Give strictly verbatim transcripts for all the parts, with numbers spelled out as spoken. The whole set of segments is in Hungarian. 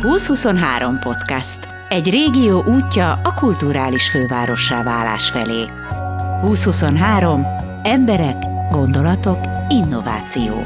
húsz-huszonhárom podcast. Egy régió útja a kulturális fővárossá válás felé. húsz-huszonhárom. Emberek, gondolatok, innováció.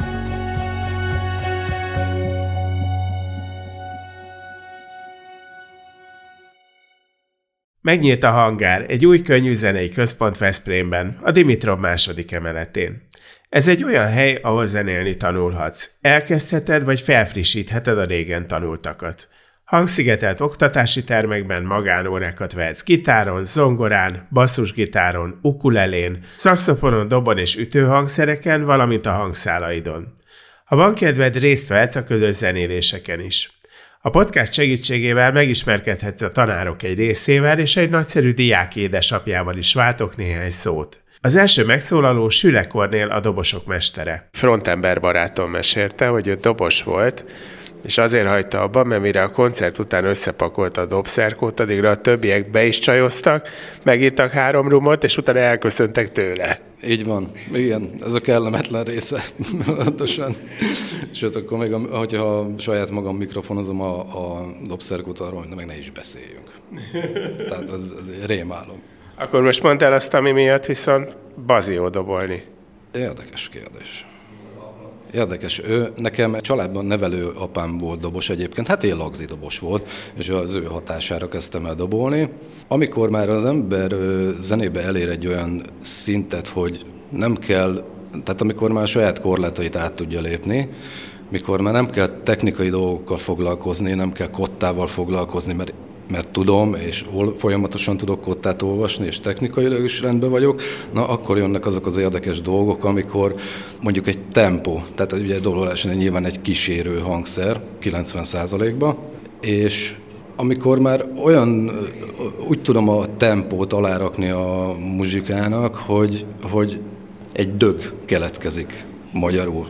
Megnyílt a Hangár, egy új könyvzenei központ Veszprémben, a Dimitrov második emeletén. Ez egy olyan hely, ahol zenélni tanulhatsz. Elkezdheted vagy felfrissítheted a régen tanultakat. Hangszigetelt oktatási termekben magánórákat vehetsz gitáron, zongorán, basszusgitáron, ukulelén, szaxofonon, dobon és ütőhangszereken, valamint a hangszálaidon. Ha van kedved, részt vehetsz a közös zenéléseken is. A podcast segítségével megismerkedhetsz a tanárok egy részével, és egy nagyszerű diák édesapjával is váltok néhány szót. Az első megszólaló Süle Kornél, a dobosok mestere. Frontember barátom mesélte, hogy ő dobos volt, és azért hagyta abba, mert mire a koncert után összepakolta a dobszerkót, addigra a többiek be is csajoztak, megittak három rumot, és utána elköszöntek tőle. Így van. Igen, ez a kellemetlen része. Pontosan. Sőt, akkor még, hogyha saját magam mikrofonozom a, a dobszerkót, arról meg ne is beszéljünk. Tehát ez, ez egy rémálom. Akkor most mondd el azt, ami miatt viszont bazió dobolni. Érdekes kérdés. Érdekes. Ő, nekem családban nevelő apám volt dobos egyébként, hát én lagzi dobos volt, és az ő hatására kezdtem el dobolni. Amikor már az ember zenébe elér egy olyan szintet, hogy nem kell, tehát amikor már a saját korlátait át tudja lépni, mikor már nem kell technikai dolgokkal foglalkozni, nem kell kottával foglalkozni, mert mert tudom, és folyamatosan tudok kottát olvasni, és technikailag is rendben vagyok, na akkor jönnek azok az érdekes dolgok, amikor mondjuk egy tempó, tehát ugye dobolásnál nyilván egy kísérő hangszer, kilencven százalékban, és amikor már olyan, úgy tudom a tempót alárakni a muzsikának, hogy, hogy egy dög keletkezik magyarul.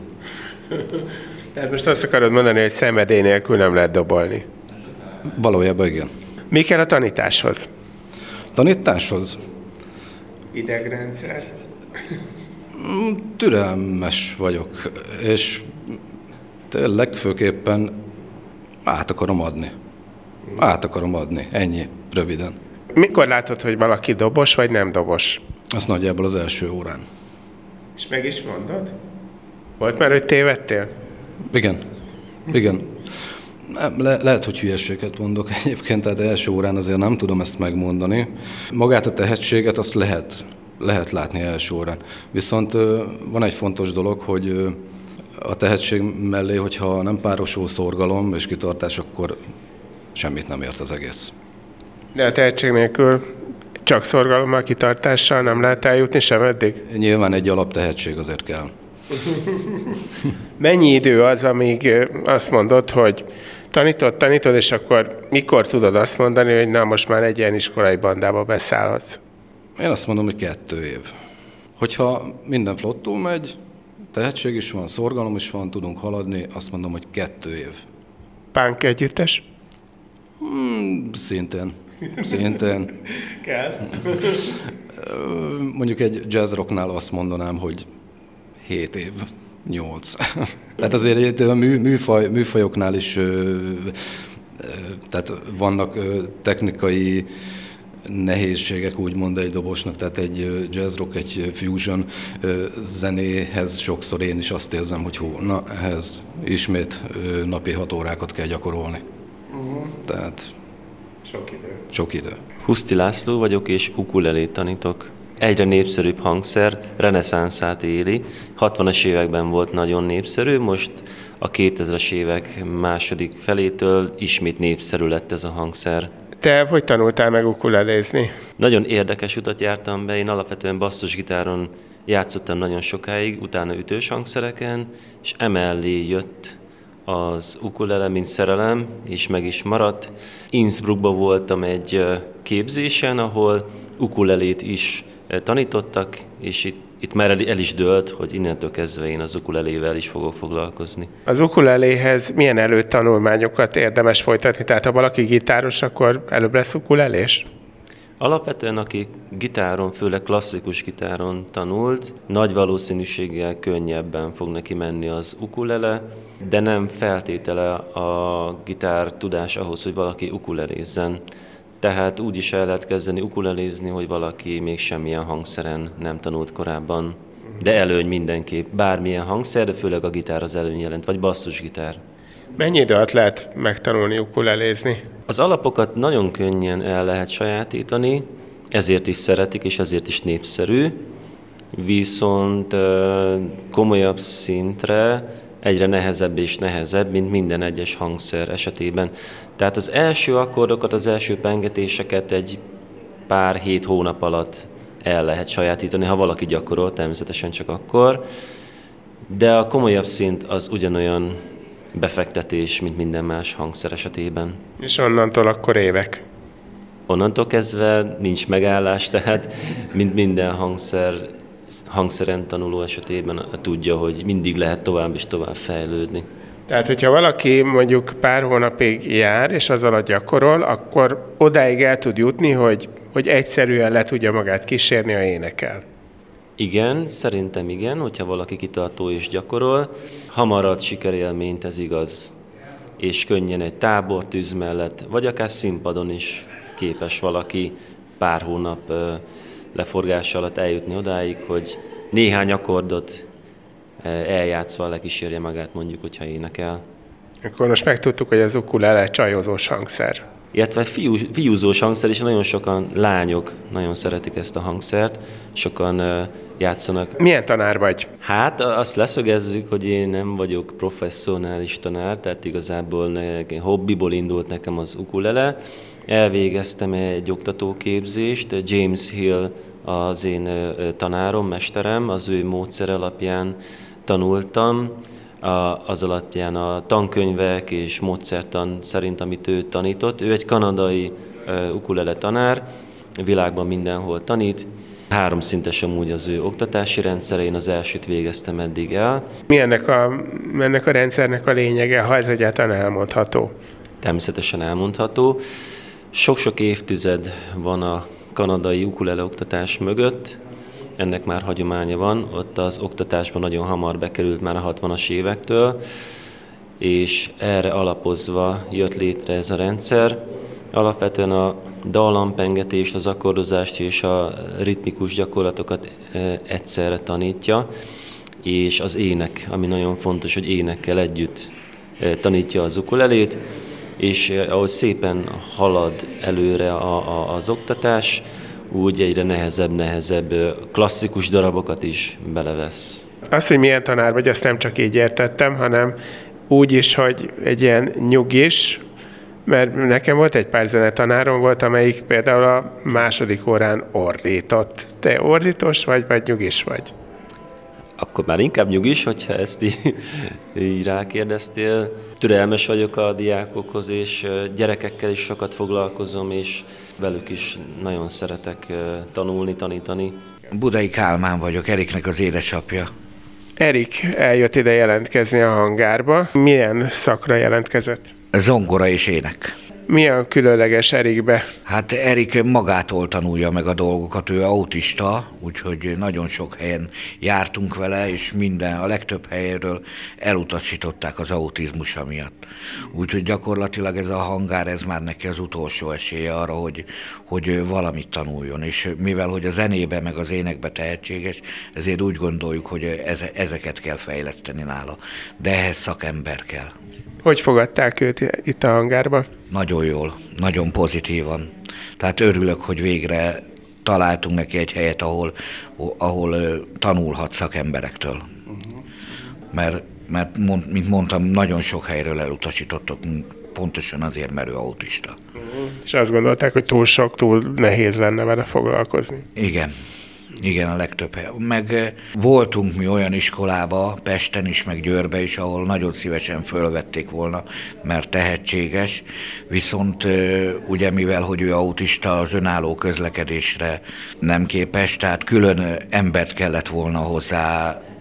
Tehát most azt akarod mondani, hogy szenvedély nélkül nem lehet dobolni? Valójában igen. Mi kell a tanításhoz? Tanításhoz? Idegrendszer? Türelmes vagyok, és legfőképpen át akarom adni. Át akarom adni, ennyi, röviden. Mikor látod, hogy valaki dobos, vagy nem dobos? Azt nagyjából az első órán. És meg is mondod? Volt már, hogy tévedtél? Igen, igen. Le- lehet, hogy hülyeséget mondok egyébként, tehát első órán azért nem tudom ezt megmondani. Magát a tehetséget azt lehet, lehet látni első órán. Viszont van egy fontos dolog, hogy a tehetség mellé, hogyha nem párosul szorgalom és kitartás, akkor semmit nem ért az egész. De a tehetség nélkül csak szorgalommal, kitartással nem lehet eljutni sem eddig? Nyilván egy alaptehetség azért kell. Mennyi idő az, amíg azt mondod, hogy tanítod, tanítod, és akkor mikor tudod azt mondani, hogy na, most már egy ilyen iskolai bandába beszállhatsz? Én azt mondom, hogy kettő év. Hogyha minden flottul megy, tehetség is van, szorgalom is van, tudunk haladni, azt mondom, hogy kettő év. Punk együttes? Hmm, szintén. Szintén. Kell. Mondjuk egy jazz rocknál azt mondanám, hogy hét év, nyolc. Tehát azért a mű, műfaj, műfajoknál is ö, ö, tehát vannak ö, technikai nehézségek, úgymond egy dobosnak, tehát egy jazz rock, egy fusion ö, zenéhez sokszor én is azt érzem, hogy hú, na ehhez ismét ö, napi hat órákat kell gyakorolni. Uh-huh. Tehát sok idő. Sok idő. Huszti László vagyok, és ukulelét tanítok. Egyre népszerűbb hangszer, reneszánszát éli. hatvanas években volt nagyon népszerű, most a kétezres évek második felétől ismét népszerű lett ez a hangszer. Te hogy tanultál meg ukulelézni? Nagyon érdekes utat jártam be, én alapvetően basszusgitáron játszottam nagyon sokáig, utána ütős hangszereken, és emellé jött az ukulele, mint szerelem, és meg is maradt. Innsbruckban voltam egy képzésen, ahol ukulelét is tanítottak, és itt, itt már el is dőlt, hogy innentől kezdve én az ukulelével is fogok foglalkozni. Az ukuleléhez milyen előtanulmányokat érdemes folytatni? Tehát ha valaki gitáros, akkor előbb lesz ukulelés? Alapvetően aki gitáron, főleg klasszikus gitáron tanult, nagy valószínűséggel könnyebben fog neki menni az ukulele, de nem feltétele a gitár tudás ahhoz, hogy valaki ukulelézzen. Tehát úgy is el lehet kezdeni ukulelézni, hogy valaki még semmilyen hangszeren nem tanult korábban. De előny mindenképp, bármilyen hangszer, de főleg a gitár az előny jelent, vagy basszusgitár. Mennyi idő alatt lehet megtanulni ukulelézni? Az alapokat nagyon könnyen el lehet sajátítani, ezért is szeretik, és ezért is népszerű, viszont komolyabb szintre egyre nehezebb és nehezebb, mint minden egyes hangszer esetében. Tehát az első akkordokat, az első pengetéseket egy pár hét hónap alatt el lehet sajátítani, ha valaki gyakorol, természetesen csak akkor, de a komolyabb szint az ugyanolyan befektetés, mint minden más hangszer esetében. És onnantól akkor évek? Onnantól kezdve nincs megállás, tehát mint minden hangszer, hangszeren tanuló esetében tudja, hogy mindig lehet tovább és tovább fejlődni. Tehát, hogyha valaki mondjuk pár hónapig jár, és az alatt gyakorol, akkor odáig el tud jutni, hogy, hogy egyszerűen le tudja magát kísérni, ha énekel. Igen, szerintem igen, hogyha valaki kitartó és gyakorol, hamar ad sikerélményt, ez igaz, és könnyen egy tábortűz mellett, vagy akár színpadon is képes valaki pár hónap leforgása alatt eljutni odáig, hogy néhány akkordot eljátszva lekísérje magát, mondjuk, hogyha énekel. Akkor most megtudtuk, hogy az ukulele csajozós hangszer. Illetve fiú, fiúzós hangszer, és nagyon sokan lányok nagyon szeretik ezt a hangszert, sokan uh, játszanak. Milyen tanár vagy? Hát azt leszögezzük, hogy én nem vagyok professzionális tanár, tehát igazából ne, hobbiból indult nekem az ukulele. Elvégeztem egy oktatóképzést, James Hill az én uh, tanárom, mesterem, az ő módszer alapján tanultam. Az alapján a tankönyvek és módszertan szerint, amit ő tanított. Ő egy kanadai uh, ukulele tanár, világban mindenhol tanít. Háromszintes amúgy az ő oktatási rendszere, én az elsőt végeztem eddig el. Mi ennek a, ennek a rendszernek a lényege, ha ez egyáltalán elmondható? Természetesen elmondható. Sok-sok évtized van a kanadai ukulele oktatás mögött, ennek már hagyománya van, ott az oktatásban nagyon hamar bekerült már a hatvanas évektől, és erre alapozva jött létre ez a rendszer. Alapvetően a dallampengetést, az akkordozást és a ritmikus gyakorlatokat egyszerre tanítja, és az ének, ami nagyon fontos, hogy énekkel együtt tanítja az ukulelét, és ahogy szépen halad előre a, a, az oktatás, úgy egyre nehezebb, nehezebb klasszikus darabokat is belevesz. Az, hogy milyen tanár vagy, azt nem csak így értettem, hanem úgy is, hogy egy ilyen nyugis, mert nekem volt egy pár zenetanárom volt, amelyik például a második órán ordított. Te ordítós vagy, vagy nyugis vagy? Akkor már inkább nyugis, hogyha ezt így, így rákérdeztél. Türelmes vagyok a diákokhoz, és gyerekekkel is sokat foglalkozom, és velük is nagyon szeretek tanulni, tanítani. Budai Kálmán vagyok, Eriknek az édesapja. Erik eljött ide jelentkezni a hangárba. Milyen szakra jelentkezett? Zongora és ének. Milyen különleges Erikbe? Hát Erik magától tanulja meg a dolgokat, ő autista, úgyhogy nagyon sok helyen jártunk vele, és minden, a legtöbb helyről elutasították az autizmusa miatt. Úgyhogy gyakorlatilag ez a hangár, ez már neki az utolsó esélye arra, hogy, hogy valamit tanuljon. És mivel hogy a zenébe meg az énekbe tehetséges, ezért úgy gondoljuk, hogy ezeket kell fejleszteni nála. De ehhez szakember kell. Hogy fogadták őt itt a hangárban? Nagyon jól, nagyon pozitívan. Tehát örülök, hogy végre találtunk neki egy helyet, ahol, ahol tanulhat szakemberektől. Uh-huh. Mert, mert, mint mondtam, nagyon sok helyről elutasítottak, pontosan azért, mert ő autista. Uh-huh. És azt gondolták, hogy túl sok, túl nehéz lenne vele foglalkozni. Igen. Igen, a legtöbb hely. Meg voltunk mi olyan iskolába, Pesten is, meg Győrbe is, ahol nagyon szívesen fölvették volna, mert tehetséges, viszont ugye mivel, hogy ő autista, az önálló közlekedésre nem képes, tehát külön embert kellett volna hozzá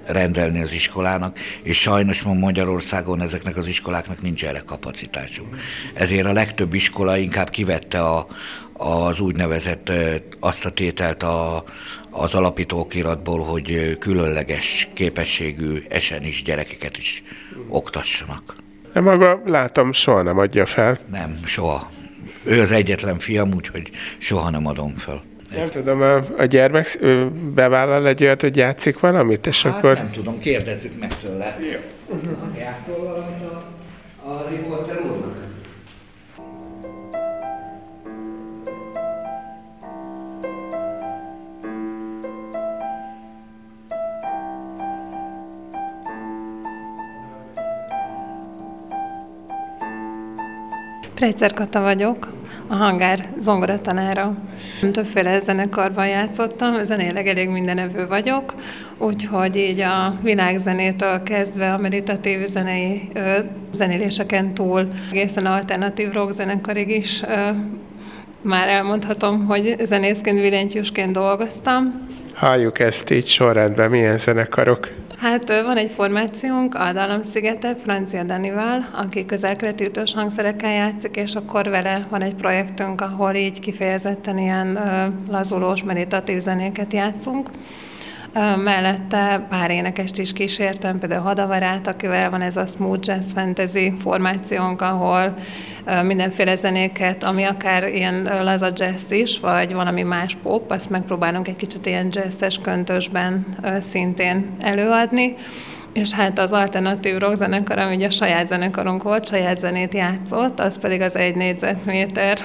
rendelni az iskolának, és sajnos ma Magyarországon ezeknek az iskoláknak nincs erre kapacitásuk. Ezért a legtöbb iskola inkább kivette a, az úgynevezett azt a tételt a, az alapítókiratból, hogy különleges képességű esenis gyerekeket is oktassanak. De maga, látom, soha nem adja fel. Nem, soha. Ő az egyetlen fiam, úgyhogy soha nem adom fel. Nem tudom, a, a gyermek bevállal egy olyat, hogy játszik valamit, és hát akkor... nem tudom, kérdezzük meg tőle. Jó. Uh-huh. Játszol valamit a, a riporter úrnak? Prejcer Kata vagyok, a hangár zongoratanára. Többféle zenekarban játszottam, zenéleg elég mindenevő vagyok, úgyhogy így a világzenétől kezdve a meditatív zenei ö, zenéléseken túl egészen alternatív rock zenekarig is ö, már elmondhatom, hogy zenészként, billentyűsként dolgoztam. Halljuk ezt így sorrendben, milyen zenekarok? Hát van egy formációnk, a Dallamszigetek, Francia Danival, aki közel-keleti ütős hangszerekkel játszik, és akkor vele van egy projektünk, ahol így kifejezetten ilyen uh, lazulós, meditatív zenéket játszunk. Uh, mellette pár énekest is kísértem, például Hadavarát, akivel van ez a smooth jazz fantasy formációnk, ahol uh, mindenféle zenéket, ami akár ilyen uh, laza jazz is, vagy valami más pop, azt megpróbálunk egy kicsit ilyen jazzes köntösben uh, szintén előadni. És hát az alternatív rock zenekar, ami ugye a saját zenekarunk volt, saját zenét játszott, az pedig az egy négyzetméter.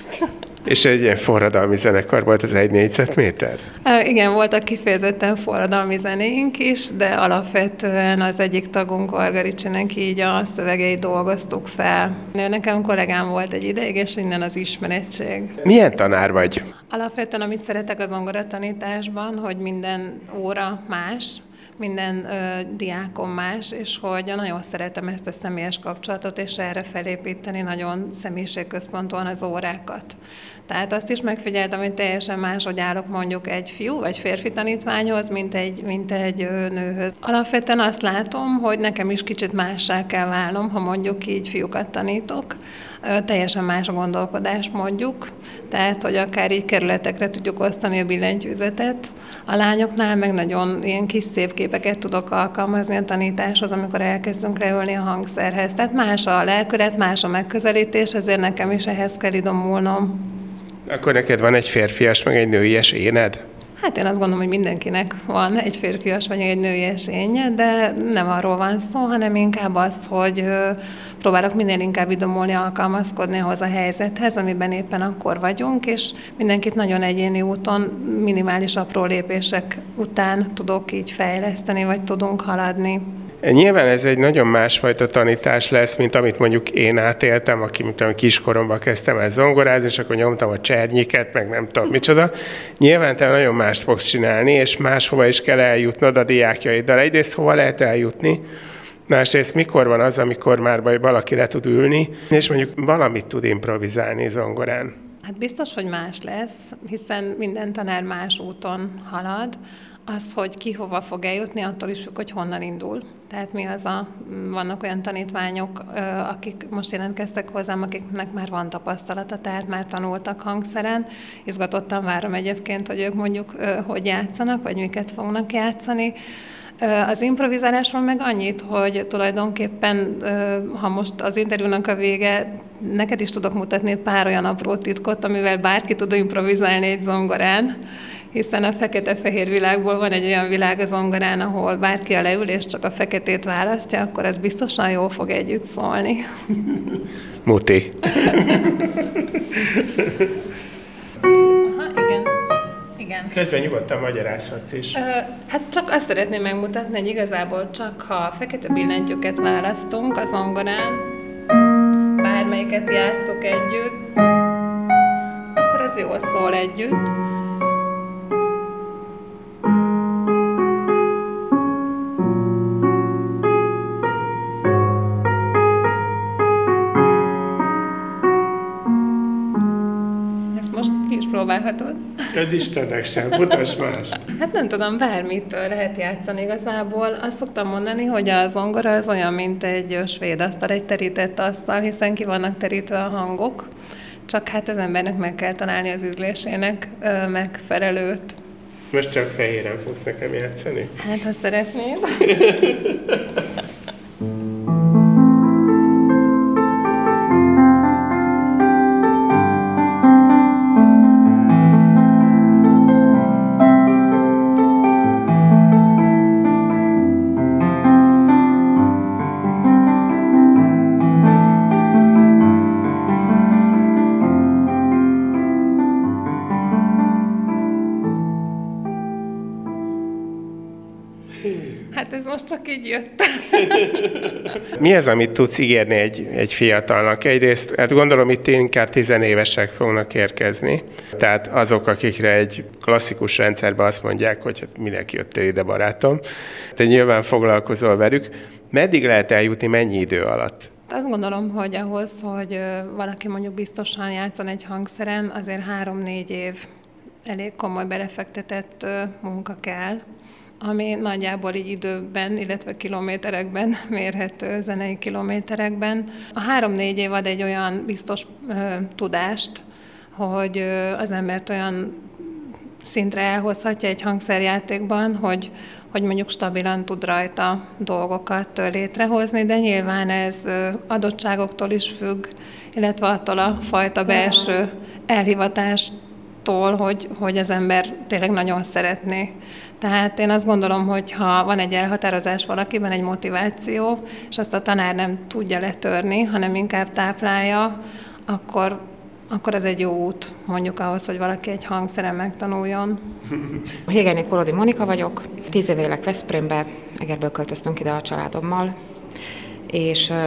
És egy ilyen forradalmi zenekar volt az egy négyzetméter? Igen, voltak kifejezetten forradalmi zenéink is, de alapvetően az egyik tagunk, Varga Ricsinek így a szövegeit dolgoztuk fel. Nekem kollégám volt egy ideig, és innen az ismerettség. Milyen tanár vagy? Alapvetően, amit szeretek az zongoratanításban, hogy minden óra más, minden ö, diákom más, és hogy nagyon szeretem ezt a személyes kapcsolatot, és erre felépíteni nagyon személyiségközpontúan az órákat. Tehát azt is megfigyeltem, hogy teljesen máshogy állok mondjuk egy fiú vagy férfi tanítványhoz, mint egy, mint egy ö, nőhöz. Alapvetően azt látom, hogy nekem is kicsit mássá kell válnom, ha mondjuk így fiúkat tanítok. Ö, teljesen más a gondolkodás mondjuk, tehát hogy akár így kerületekre tudjuk osztani a billentyűzetet. A lányoknál meg nagyon ilyen kis szép képeket tudok alkalmazni a tanításhoz, amikor elkezdünk leülni a hangszerhez. Tehát más a lelkület, más a megközelítés, ezért nekem is ehhez kell idomulnom. Akkor neked van egy férfias, meg egy nőies éned? Hát én azt gondolom, hogy mindenkinek van egy férfias vagy egy nőies énje, de nem arról van szó, hanem inkább az, hogy próbálok minél inkább idomulni, alkalmazkodni ahhoz a helyzethez, amiben éppen akkor vagyunk, és mindenkit nagyon egyéni úton, minimális apró lépések után tudok így fejleszteni, vagy tudunk haladni. Nyilván ez egy nagyon másfajta tanítás lesz, mint amit mondjuk én átéltem, aki mint kiskoromban kezdtem el zongorázni, és akkor nyomtam a csernyiket, meg nem tudom micsoda. Nyilván te nagyon mást fogsz csinálni, és máshova is kell eljutnod a diákjaiddal. Egyrészt hova lehet eljutni, másrészt mikor van az, amikor már valaki le tud ülni, és mondjuk valamit tud improvizálni zongorán. Hát biztos, hogy más lesz, hiszen minden tanár más úton halad. Az, hogy ki hova fog eljutni, attól is függ, hogy honnan indul. Tehát mi az a, vannak olyan tanítványok, akik most jelentkeztek hozzám, akiknek már van tapasztalata, tehát már tanultak hangszeren. Izgatottan várom egyébként, hogy ők mondjuk hogy játszanak, vagy miket fognak játszani. Az improvizálásról meg annyit, hogy tulajdonképpen, ha most az interjúnak a vége, neked is tudok mutatni pár olyan apró titkot, amivel bárki tud improvizálni egy zongorán, hiszen a fekete-fehér világból van egy olyan világ a zongorán, ahol bárki a leül, és csak a feketét választja, akkor ez biztosan jól fog együtt szólni. Muti. Aha, igen. Igen. Közben nyugodtan magyarázhatsz is. Hát csak azt szeretném megmutatni, hogy igazából csak ha a fekete billentyűket választunk a zongorán, bármelyiket játsszuk együtt, akkor ez jól szól együtt. Ezt most ki is próbálhatod. Az Istennek sem, mutasd mást. Hát nem tudom, bármit lehet játszani igazából. Azt szoktam mondani, hogy a zongora az olyan, mint egy svéd asztal, egy terített asztal, hiszen ki vannak terítve a hangok, csak hát az embernek meg kell találni az ízlésének megfelelőt. Most csak fehéren fogsz nekem játszani? Hát, ha szeretnéd. Hát ez most csak így jött. Mi az, amit tudsz ígérni egy, egy fiatalnak? Egyrészt, hát gondolom itt inkább tizenévesek fognak érkezni. Tehát azok, akikre egy klasszikus rendszerben azt mondják, hogy hát minek jöttél ide, barátom. Te nyilván foglalkozol velük. Meddig lehet eljutni, mennyi idő alatt? Azt gondolom, hogy ahhoz, hogy valaki mondjuk biztosan játszon egy hangszeren, azért három-négy év elég komoly belefektetett munka kell, ami nagyjából így időben, illetve kilométerekben mérhető, zenei kilométerekben. A három-négy év ad egy olyan biztos ö, tudást, hogy ö, az embert olyan szintre elhozhatja egy hangszerjátékban, hogy, hogy mondjuk stabilan tud rajta dolgokat ö, létrehozni, de nyilván ez ö, adottságoktól is függ, illetve attól a fajta belső elhivatástól, hogy, hogy az ember tényleg nagyon szeretné. Tehát én azt gondolom, hogy ha van egy elhatározás valakiben, egy motiváció, és azt a tanár nem tudja letörni, hanem inkább táplálja, akkor, akkor ez egy jó út, mondjuk ahhoz, hogy valaki egy hangszeren megtanuljon. Hégené Kolodi Monika vagyok, tíz éve élek Veszprémbe, Egerből költöztünk ide a családommal, és uh,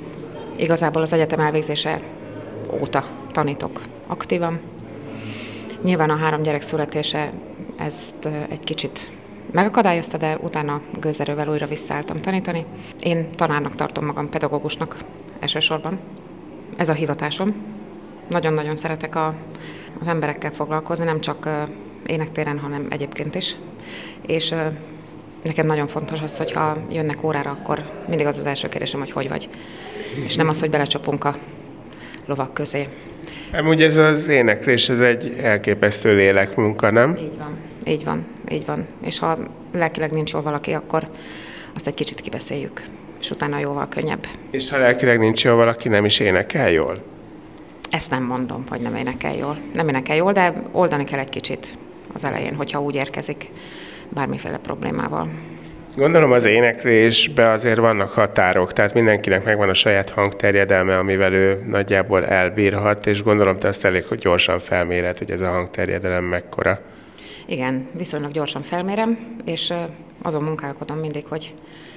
igazából az egyetem elvégzése óta tanítok aktívan. Nyilván a három gyerek születése ezt egy kicsit megakadályozta, de utána gőzerővel újra visszaálltam tanítani. Én tanárnak tartom magam, pedagógusnak elsősorban. Ez a hivatásom. Nagyon-nagyon szeretek a, az emberekkel foglalkozni, nem csak uh, énektéren, hanem egyébként is. És uh, nekem nagyon fontos az, hogyha jönnek órára, akkor mindig az az első kérdésem, hogy hogy vagy. És nem az, hogy belecsapunk a lovak közé. Amúgy ez az éneklés, ez egy elképesztő lélekmunka, nem? Így van, így van, így van. És ha lelkileg nincs jól valaki, akkor azt egy kicsit kibeszéljük, és utána jóval könnyebb. És ha lelkileg nincs jól valaki, nem is énekel jól? Ezt nem mondom, hogy nem énekel jól. Nem énekel jól, de oldani kell egy kicsit az elején, hogyha úgy érkezik bármiféle problémával. Gondolom az éneklésben azért vannak határok, tehát mindenkinek megvan a saját hangterjedelme, amivel ő nagyjából elbírhat, és gondolom te azt elég, hogy gyorsan felméred, hogy ez a hangterjedelem mekkora. Igen, viszonylag gyorsan felmérem, és azon munkálkodom mindig, hogy,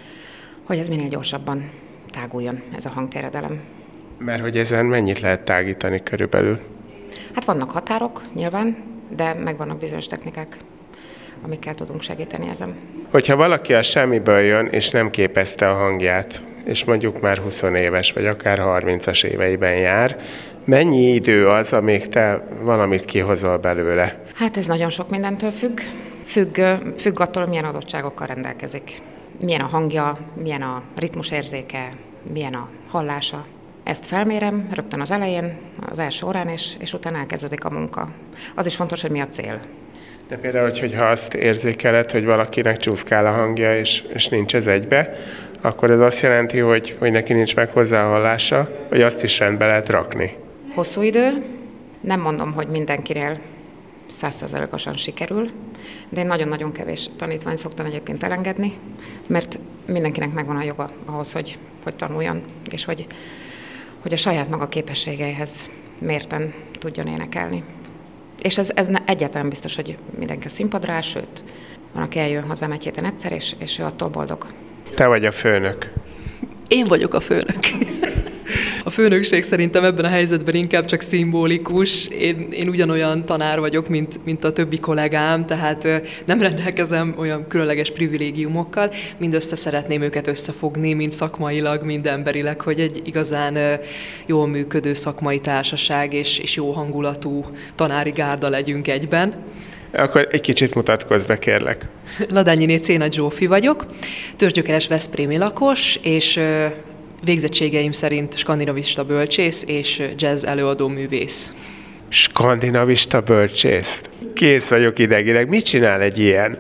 hogy ez minél gyorsabban táguljon, ez a hangterjedelem. Mert hogy ezen mennyit lehet tágítani körülbelül? Hát vannak határok, nyilván, de megvannak bizonyos technikák, amikkel tudunk segíteni ezen. Hogyha valaki a semmiből jön, és nem képezte a hangját, és mondjuk már húsz éves, vagy akár harmincas éveiben jár, mennyi idő az, amíg te valamit kihozol belőle? Hát ez nagyon sok mindentől függ. Függ, függ attól, milyen adottságokkal rendelkezik. Milyen a hangja, milyen a ritmusérzéke, milyen a hallása. Ezt felmérem rögtön az elején, az első órán, és, és utána elkezdődik a munka. Az is fontos, hogy mi a cél. De például, hogyha azt érzékeled, hogy valakinek csúszkál a hangja, és, és nincs ez egybe, akkor ez azt jelenti, hogy, hogy neki nincs meg hozzá a hallása, vagy azt is rendbe lehet rakni. Hosszú idő, nem mondom, hogy mindenkinél száz százalékosan sikerül, de én nagyon-nagyon kevés tanítványt szoktam egyébként elengedni, mert mindenkinek megvan a joga ahhoz, hogy, hogy tanuljon, és hogy, hogy a saját maga képességeihez mérten tudjon énekelni. És ez, ez egyáltalán biztos, hogy mindenki a színpadra áll, sőt, van, aki eljön hozzám egy héten egyszer, és, és ő attól boldog. Te vagy a főnök. Én vagyok a főnök. A főnökség szerintem ebben a helyzetben inkább csak szimbolikus. Én, én ugyanolyan tanár vagyok, mint, mint a többi kollégám, tehát nem rendelkezem olyan különleges privilégiumokkal. Mindössze szeretném őket összefogni, mind szakmailag, mind emberileg, hogy egy igazán jól működő szakmai társaság és, és jó hangulatú tanári gárda legyünk egyben. Akkor egy kicsit mutatkozz be, kérlek. Ladányiné Cénagy Zsófi vagyok, törzsgyökeres veszprémi lakos, és végzettségeim szerint skandinavista bölcsész és jazz előadó művész. Skandinavista bölcsész? Kész vagyok idegileg. Mit csinál egy ilyen?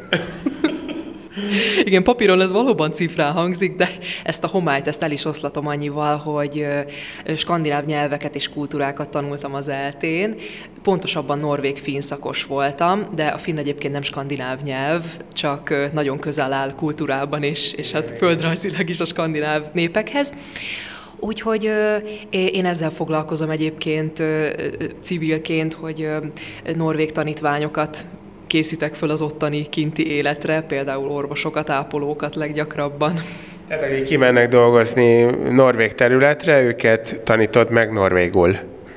Igen, papíron ez valóban cifrán hangzik, de ezt a homályt, ezt el is oszlatom annyival, hogy skandináv nyelveket és kultúrákat tanultam az eltén. Pontosabban norvég-finn szakos voltam, de a finn egyébként nem skandináv nyelv, csak nagyon közel áll kultúrában és, és hát földrajzilag is a skandináv népekhez. Úgyhogy én ezzel foglalkozom egyébként civilként, hogy norvég tanítványokat készítek föl az ottani kinti életre, például orvosokat, ápolókat leggyakrabban. Tehát akik kimennek dolgozni norvég területre, őket tanítod meg norvégul.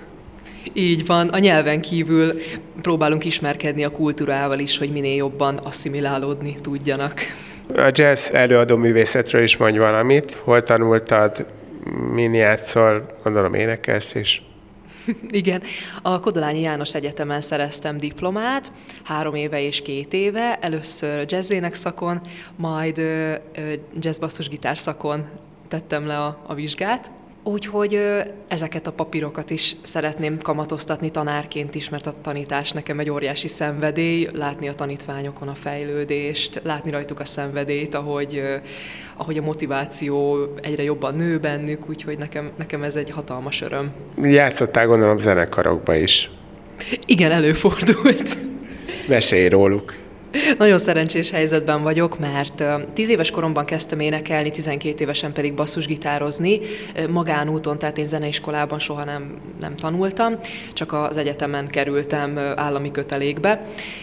Így van, a nyelven kívül próbálunk ismerkedni a kultúrával is, hogy minél jobban asszimilálódni tudjanak. A jazz előadó művészetről is mondj valamit. Hol tanultad, min játszol, gondolom énekelsz is. Igen, a Kodolányi János Egyetemen szereztem diplomát, három éve és két éve, először jazzének szakon, majd jazz-basszusgitár szakon tettem le a, a vizsgát. Úgyhogy ezeket a papírokat is szeretném kamatoztatni tanárként is, mert a tanítás nekem egy óriási szenvedély, látni a tanítványokon a fejlődést, látni rajtuk a szenvedélyt, ahogy, ahogy a motiváció egyre jobban nő bennük, úgyhogy nekem, nekem ez egy hatalmas öröm. Játszottál gondolom zenekarokba is. Igen, előfordult. Mesélj róluk. Nagyon szerencsés helyzetben vagyok, mert tíz éves koromban kezdtem énekelni, tizenkét évesen pedig basszusgitározni, magánúton, tehát én zeneiskolában soha nem, nem tanultam, csak az egyetemen kerültem állami kötelékbe.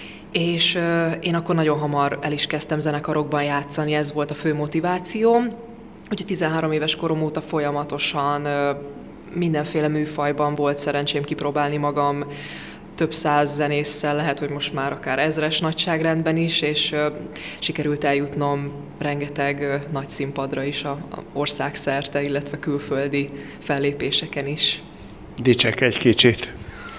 És én akkor nagyon hamar el is kezdtem zenekarokban játszani, ez volt a fő motivációm. Úgyhogy tizenhárom éves korom óta folyamatosan mindenféle műfajban volt szerencsém kipróbálni magam, több száz zenésszel, lehet, hogy most már akár ezres nagyságrendben is, és uh, sikerült eljutnom rengeteg uh, nagy színpadra is a, a országszerte, illetve külföldi fellépéseken is. Dicsekedj egy kicsit.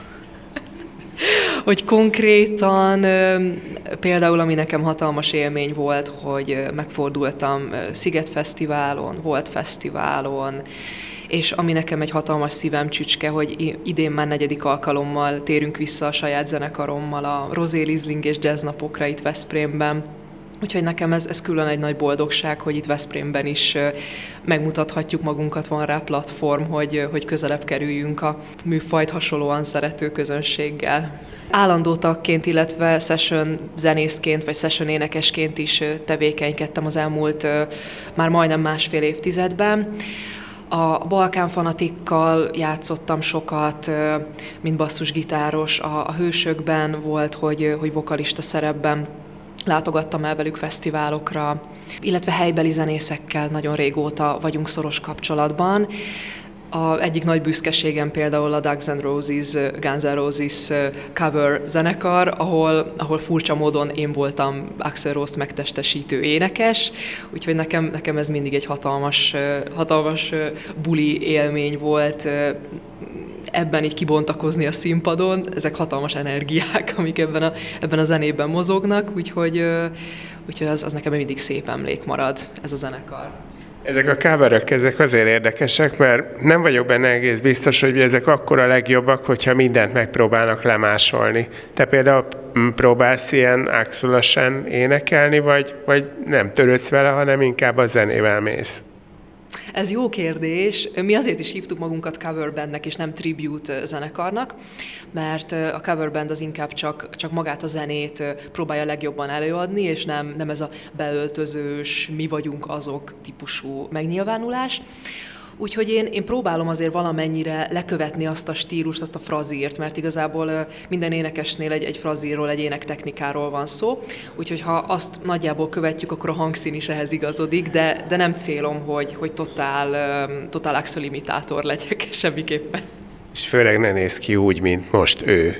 Hogy konkrétan uh, például, ami nekem hatalmas élmény volt, hogy uh, megfordultam uh, Sziget Fesztiválon, Volt Fesztiválon, és ami nekem egy hatalmas szívem csücske, hogy idén már negyedik alkalommal térünk vissza a saját zenekarommal a Rosé Riesling és Jazz napokra itt Veszprémben. Úgyhogy nekem ez, ez külön egy nagy boldogság, hogy itt Veszprémben is megmutathatjuk magunkat, van rá platform, hogy, hogy közelebb kerüljünk a műfajt hasonlóan szerető közönséggel. Állandó tagként, illetve session zenészként, vagy session énekesként is tevékenykedtem az elmúlt már majdnem másfél évtizedben. A Balkán Fanatikkal játszottam sokat, mint basszusgitáros. A, a Hősökben volt, hogy, hogy vokalista szerepben látogattam el velük fesztiválokra, illetve helybeli zenészekkel nagyon régóta vagyunk szoros kapcsolatban. A egyik nagy büszkeségem például a Guns N' Roses, Guns N' Roses cover zenekar, ahol, ahol furcsa módon én voltam Axl Rose megtestesítő énekes, úgyhogy nekem, nekem ez mindig egy hatalmas, hatalmas buli élmény volt ebben így kibontakozni a színpadon. Ezek hatalmas energiák, amik ebben a, ebben a zenében mozognak, úgyhogy, úgyhogy az, az nekem mindig szép emlék marad, ez a zenekar. Ezek a coverök, ezek azért érdekesek, mert nem vagyok benne egész biztos, hogy ezek akkor a legjobbak, hogyha mindent megpróbálnak lemásolni. Te például próbálsz ilyen Axl-osan énekelni, vagy, vagy nem törődsz vele, hanem inkább a zenével mész? Ez jó kérdés. Mi azért is hívtuk magunkat coverbandnek, és nem tribute zenekarnak, mert a coverband az inkább csak, csak magát a zenét próbálja legjobban előadni, és nem, nem ez a beöltözős, mi vagyunk azok típusú megnyilvánulás. Úgyhogy én, én próbálom azért valamennyire lekövetni azt a stílust, azt a frazírt, mert igazából minden énekesnél egy, egy frazírról, egy énektechnikáról van szó, úgyhogy ha azt nagyjából követjük, akkor a hangszín is ehhez igazodik, de, de nem célom, hogy, hogy totál, totál axolimitátor legyek semmiképpen. És főleg ne néz ki úgy, mint most ő.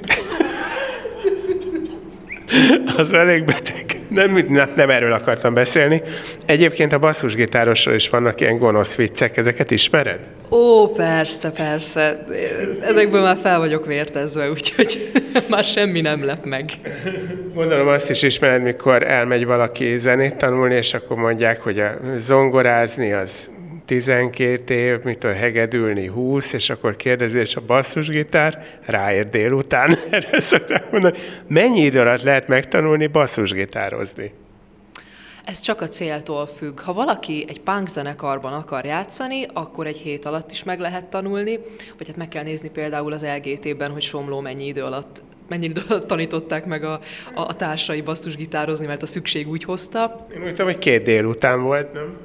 Az elég beteg. Nem, nem, nem erről akartam beszélni. Egyébként a basszusgitárosról is vannak ilyen gonosz viccek, ezeket ismered? Ó, persze, persze. Ezekből már fel vagyok vértezve, úgyhogy már semmi nem lep meg. Gondolom azt is ismered, mikor elmegy valaki zenét tanulni, és akkor mondják, hogy a zongorázni az tizenkét év, mitől hegedülni húsz, és akkor kérdezi, és a basszusgitár ráér délután. Erre szokták mondani, mennyi idő alatt lehet megtanulni basszusgitározni? Ez csak a céltól függ. Ha valaki egy punk zenekarban akar játszani, akkor egy hét alatt is meg lehet tanulni, vagy hát meg kell nézni például az el gé té-ben, hogy Somló mennyi idő alatt mennyi idő alatt tanították meg a, a, a társai basszusgitározni, mert a szükség úgy hozta. Én úgy tudom, hogy két délután volt, nem?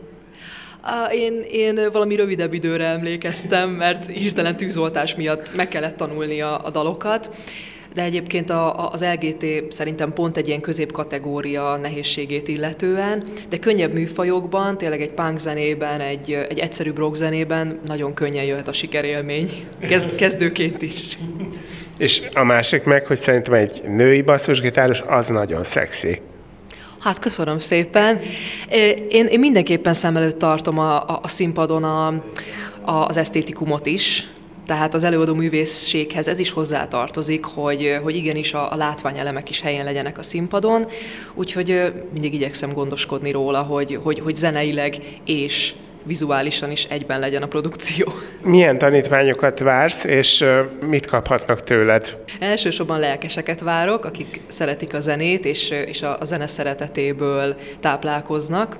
Én, én valami rövidebb időre emlékeztem, mert hirtelen tűzoltás miatt meg kellett tanulni a, a dalokat, de egyébként a, a, az el gé té szerintem pont egy ilyen középkategória nehézségét illetően, de könnyebb műfajokban, tényleg egy punk zenében, egy, egy egyszerű rock zenében nagyon könnyen jöhet a sikerélmény, Kezd, kezdőként is. És a másik meg, hogy szerintem egy női basszusgitáros az nagyon szexi. Hát köszönöm szépen. Én, én mindenképpen szem előtt tartom a, a, a színpadon a, a, az esztétikumot is, tehát az előadó művészséghez ez is hozzátartozik, hogy, hogy igenis a, a látványelemek is helyen legyenek a színpadon, úgyhogy mindig igyekszem gondoskodni róla, hogy, hogy, hogy zeneileg és vizuálisan is egyben legyen a produkció. Milyen tanítványokat vársz, és mit kaphatnak tőled? Elsősorban lelkeseket várok, akik szeretik a zenét, és, és a zene szeretetéből táplálkoznak,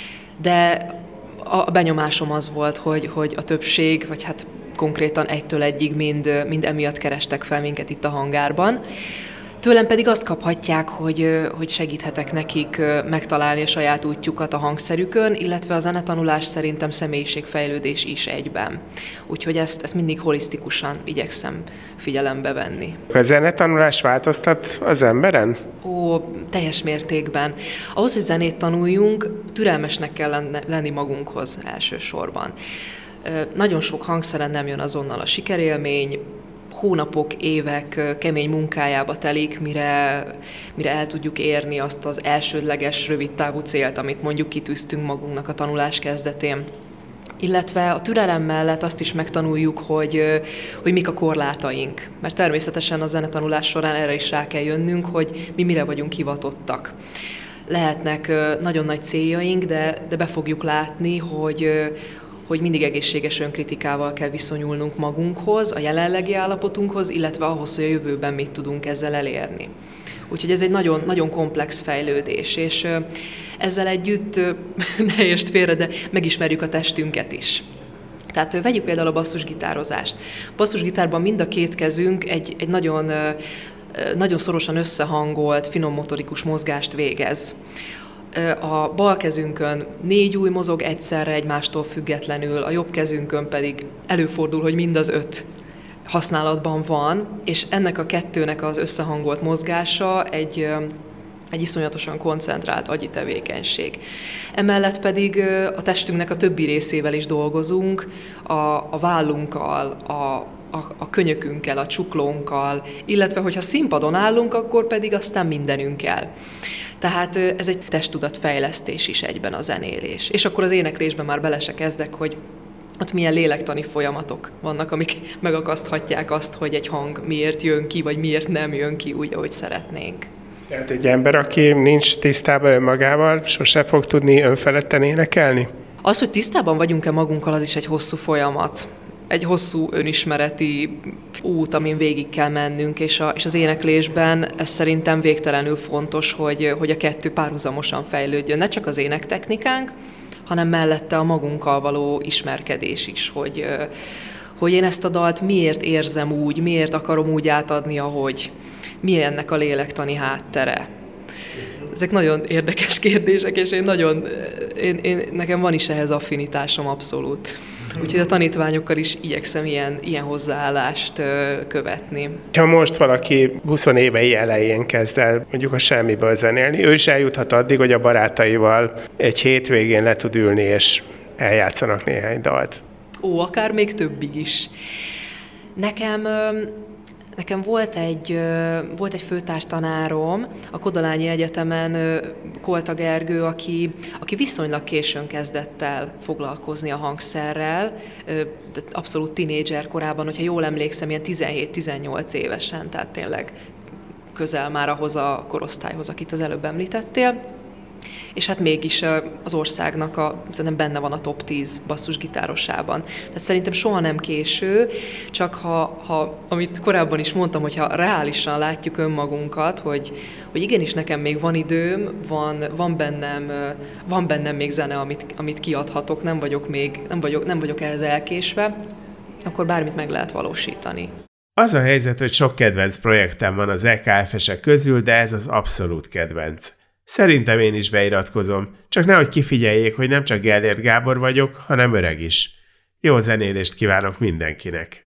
de a benyomásom az volt, hogy, hogy a többség, vagy hát konkrétan egytől egyig mind, mind emiatt kerestek fel minket itt a hangárban. Tőlem pedig azt kaphatják, hogy, hogy segíthetek nekik megtalálni a saját útjukat a hangszerükön, illetve a zenetanulás szerintem személyiségfejlődés is egyben. Úgyhogy ezt, ezt mindig holisztikusan igyekszem figyelembe venni. A zenetanulás változtat az emberen? Ó, teljes mértékben. Ahhoz, hogy zenét tanuljunk, türelmesnek kell lenni magunkhoz elsősorban. Nagyon sok hangszeren nem jön azonnal a sikerélmény, hónapok, évek kemény munkájába telik, mire, mire el tudjuk érni azt az elsődleges, rövidtávú célt, amit mondjuk kitűztünk magunknak a tanulás kezdetén. Illetve a türelem mellett azt is megtanuljuk, hogy, hogy mik a korlátaink. Mert természetesen a zenetanulás során erre is rá kell jönnünk, hogy mi mire vagyunk hivatottak. Lehetnek nagyon nagy céljaink, de, de be fogjuk látni, hogy hogy mindig egészséges önkritikával kell viszonyulnunk magunkhoz, a jelenlegi állapotunkhoz, illetve ahhoz, hogy a jövőben mit tudunk ezzel elérni. Úgyhogy ez egy nagyon, nagyon komplex fejlődés, és ezzel együtt, ne értsd félre, de megismerjük a testünket is. Tehát vegyük például a basszusgitározást. A basszusgitárban mind a két kezünk egy, egy nagyon, nagyon szorosan összehangolt, finom motorikus mozgást végez. A bal kezünkön négy ujj mozog egyszerre egymástól függetlenül, a jobb kezünkön pedig előfordul, hogy mind az öt használatban van, és ennek a kettőnek az összehangolt mozgása egy, egy iszonyatosan koncentrált agyi tevékenység. Emellett pedig a testünknek a többi részével is dolgozunk, a, a vállunkkal, a A, a könyökünkkel, a csuklónkkal, illetve hogyha színpadon állunk, akkor pedig aztán mindenünkkel. Tehát ez egy testtudatfejlesztés is egyben a zenélés. És akkor az éneklésben már bele se kezdek, hogy ott milyen lélektani folyamatok vannak, amik megakaszthatják azt, hogy egy hang miért jön ki, vagy miért nem jön ki úgy, ahogy szeretnénk. Tehát egy ember, aki nincs tisztában önmagával, sose fog tudni önfeledten énekelni? Az, hogy tisztában vagyunk-e magunkkal, az is egy hosszú folyamat. Egy hosszú önismereti út, amin végig kell mennünk, és, a, és az éneklésben ez szerintem végtelenül fontos, hogy, hogy a kettő párhuzamosan fejlődjön. Ne csak az énektechnikánk, hanem mellette a magunkkal való ismerkedés is, hogy, hogy én ezt a dalt miért érzem úgy, miért akarom úgy átadni, ahogy, mi ennek a lélektani háttere. Ezek nagyon érdekes kérdések, és én nagyon, én, én, nekem van is ehhez affinitásom abszolút. Úgyhogy a tanítványokkal is igyekszem ilyen, ilyen hozzáállást követni. Ha most valaki húsz évei elején kezd el mondjuk a semmiből zenélni, ő is eljuthat addig, hogy a barátaival egy hétvégén le tud ülni, és eljátszanak néhány dalt. Ó, akár még többig is. Nekem... Nekem volt egy, volt egy főtártanárom a Kodolányi Egyetemen, Kolta Gergő, aki, aki viszonylag későn kezdett el foglalkozni a hangszerrel, abszolút tinédzser korában, hogyha jól emlékszem, ilyen tizenhét-tizennyolc évesen, tehát tényleg közel már ahhoz a korosztályhoz, akit az előbb említettél. És hát mégis az országnak a, szerintem benne van a top tíz basszusgitárosában. Tehát szerintem soha nem késő, csak ha, ha amit korábban is mondtam, hogyha reálisan látjuk önmagunkat, hogy, hogy igenis nekem még van időm, van, van, bennem, van bennem még zene, amit, amit kiadhatok, nem vagyok még, nem vagyok, nem vagyok ehhez elkésve, akkor bármit meg lehet valósítani. Az a helyzet, hogy sok kedvenc projektem van az é ká ef-esek közül, de ez az abszolút kedvenc. Szerintem én is beiratkozom, csak nehogy kifigyeljék, hogy nem csak Gellért Gábor vagyok, hanem öreg is. Jó zenélést kívánok mindenkinek!